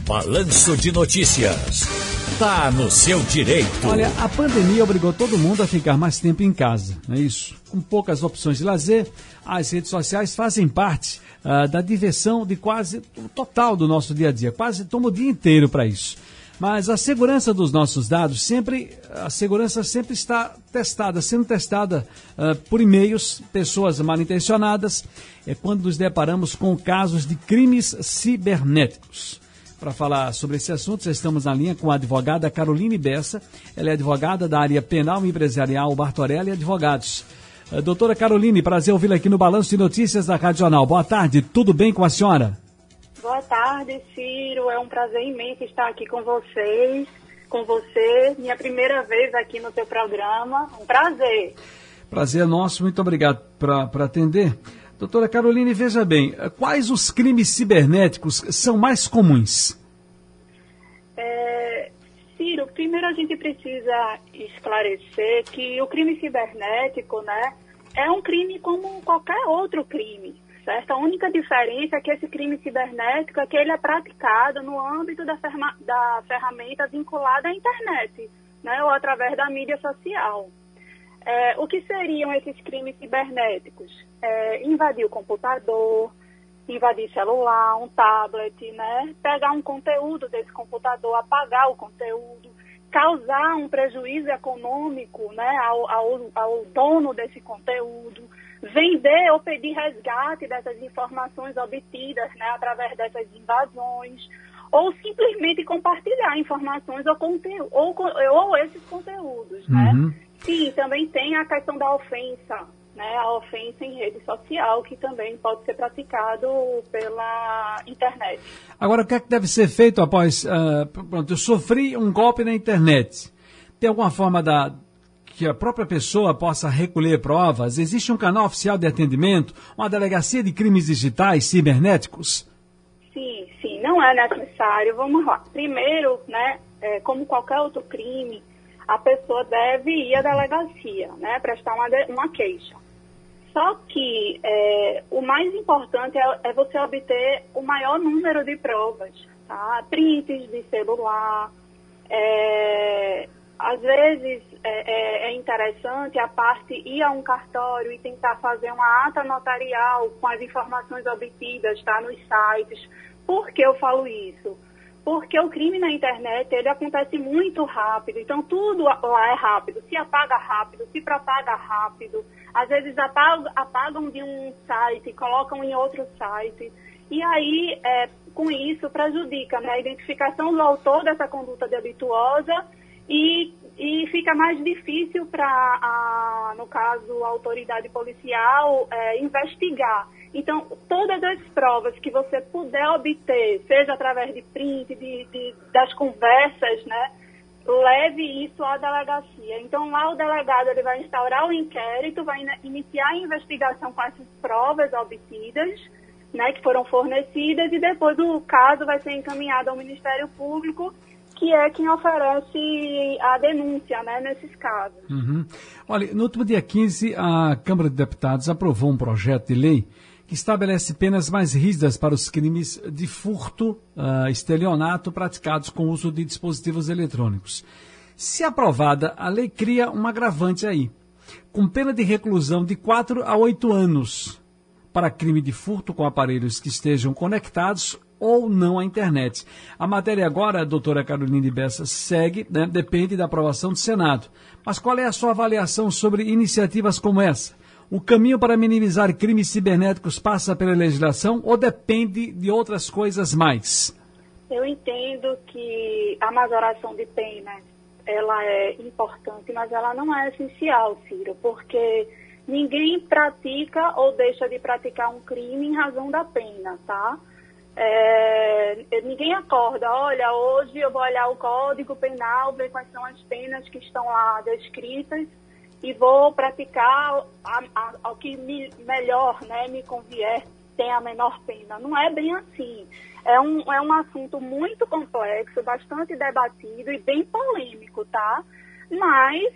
Balanço de Notícias. Tá no seu direito. Olha, a pandemia obrigou todo mundo a ficar mais tempo em casa, não é isso? Com poucas opções de lazer, as redes sociais fazem parte da diversão de quase o total do nosso dia a dia. Quase toma o dia inteiro para isso. Mas a segurança dos nossos dados sempre está sendo testada por e-mails, pessoas mal intencionadas, quando nos deparamos com casos de crimes cibernéticos. Para falar sobre esse assunto, estamos na linha com a advogada Caroline Bessa. Ela é advogada da área penal e empresarial Bartorelli Advogados. Doutora Caroline, prazer ouvi-la aqui no Balanço de Notícias da Rádio Jornal. Boa tarde, tudo bem com a senhora? Boa tarde, Ciro. É um prazer imenso estar aqui com vocês, com você. Minha primeira vez aqui no seu programa. Um prazer. Prazer é nosso, muito obrigado por atender. Doutora Caroline, veja bem, quais os crimes cibernéticos são mais comuns? Ciro, primeiro a gente precisa esclarecer que o crime cibernético, né, é um crime como qualquer outro crime, certo? A única diferença é que esse crime cibernético é que ele é praticado no âmbito da ferramenta vinculada à internet, né, ou através da mídia social. O que seriam esses crimes cibernéticos? Invadir o computador, invadir celular, um tablet, né? Pegar um conteúdo desse computador, apagar o conteúdo, causar um prejuízo econômico, né, ao dono desse conteúdo, vender ou pedir resgate dessas informações obtidas, né, através dessas invasões, ou simplesmente compartilhar informações ou esses conteúdos, né? Sim, também tem a questão da ofensa, né? A ofensa em rede social, que também pode ser praticado pela internet. Agora, o que é que deve ser feito após... pronto, eu sofri um golpe na internet. Tem alguma forma que a própria pessoa possa recolher provas? Existe um canal oficial de atendimento? Uma delegacia de crimes digitais cibernéticos? Sim, não é necessário. Vamos lá. Primeiro, né, como qualquer outro crime, a pessoa deve ir à delegacia, né, prestar uma queixa. Só que o mais importante é você obter o maior número de provas, tá? Prints de celular. Às vezes é interessante a parte ir a um cartório e tentar fazer uma ata notarial com as informações obtidas, tá, nos sites. Por que eu falo isso? Porque o crime na internet, ele acontece muito rápido, então tudo lá é rápido, se apaga rápido, se propaga rápido, às vezes apagam de um site, colocam em outro site, e aí, com isso, prejudica, né, a identificação do autor dessa conduta delituosa e fica mais difícil para, no caso, a autoridade policial investigar. Então, todas as provas que você puder obter, seja através de print, das conversas, né, leve isso à delegacia. Então, lá o delegado ele vai instaurar o inquérito, vai iniciar a investigação com essas provas obtidas, né, que foram fornecidas, e depois o caso vai ser encaminhado ao Ministério Público, que é quem oferece a denúncia, né, nesses casos. Olha, no último dia 15, a Câmara de Deputados aprovou um projeto de lei que estabelece penas mais rígidas para os crimes de furto, estelionato praticados com o uso de dispositivos eletrônicos. Se aprovada, a lei cria um agravante aí, com pena de reclusão de 4 a 8 anos para crime de furto com aparelhos que estejam conectados ou não à internet. A matéria agora, doutora Caroline Bessa, segue, né, depende da aprovação do Senado. Mas qual é a sua avaliação sobre iniciativas como essa? O caminho para minimizar crimes cibernéticos passa pela legislação ou depende de outras coisas mais? Eu entendo que a majoração de penas, ela é importante, mas ela não é essencial, Ciro, porque ninguém pratica ou deixa de praticar um crime em razão da pena, tá? Ninguém acorda, olha, hoje eu vou olhar o Código Penal, ver quais são as penas que estão lá descritas e vou praticar ao que melhor, né, me convier, tem a menor pena. Não é bem assim. É um assunto muito complexo, bastante debatido e bem polêmico, tá? Mas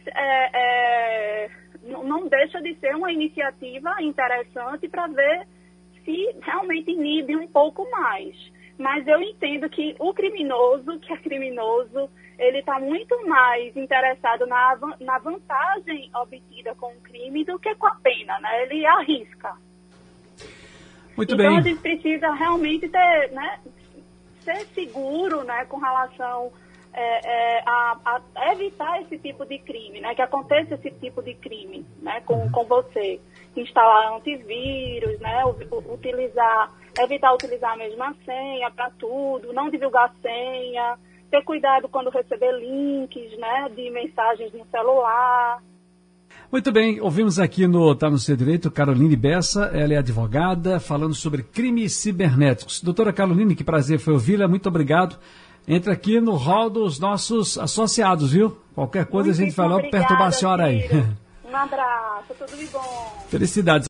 não deixa de ser uma iniciativa interessante para ver se realmente inibe um pouco mais. mas eu entendo que o criminoso, ele está muito mais interessado na vantagem obtida com o crime do que com a pena, né? Ele arrisca. Muito então, bem. a gente precisa realmente ter, né, ser seguro, né, com relação a evitar esse tipo de crime, né, que aconteça esse tipo de crime, né, com você. Instalar antivírus, né, evitar utilizar a mesma senha para tudo, não divulgar senha, ter cuidado quando receber links, né, de mensagens no celular. Muito bem, ouvimos aqui no Tá no Seu Direito Caroline Bessa, ela é advogada, falando sobre crimes cibernéticos. Doutora Caroline, que prazer foi ouvi-la, muito obrigado. Entra aqui no hall dos nossos associados, viu? Qualquer coisa a gente vai logo perturbar a senhora aí. Um abraço, tudo de bom. Felicidades.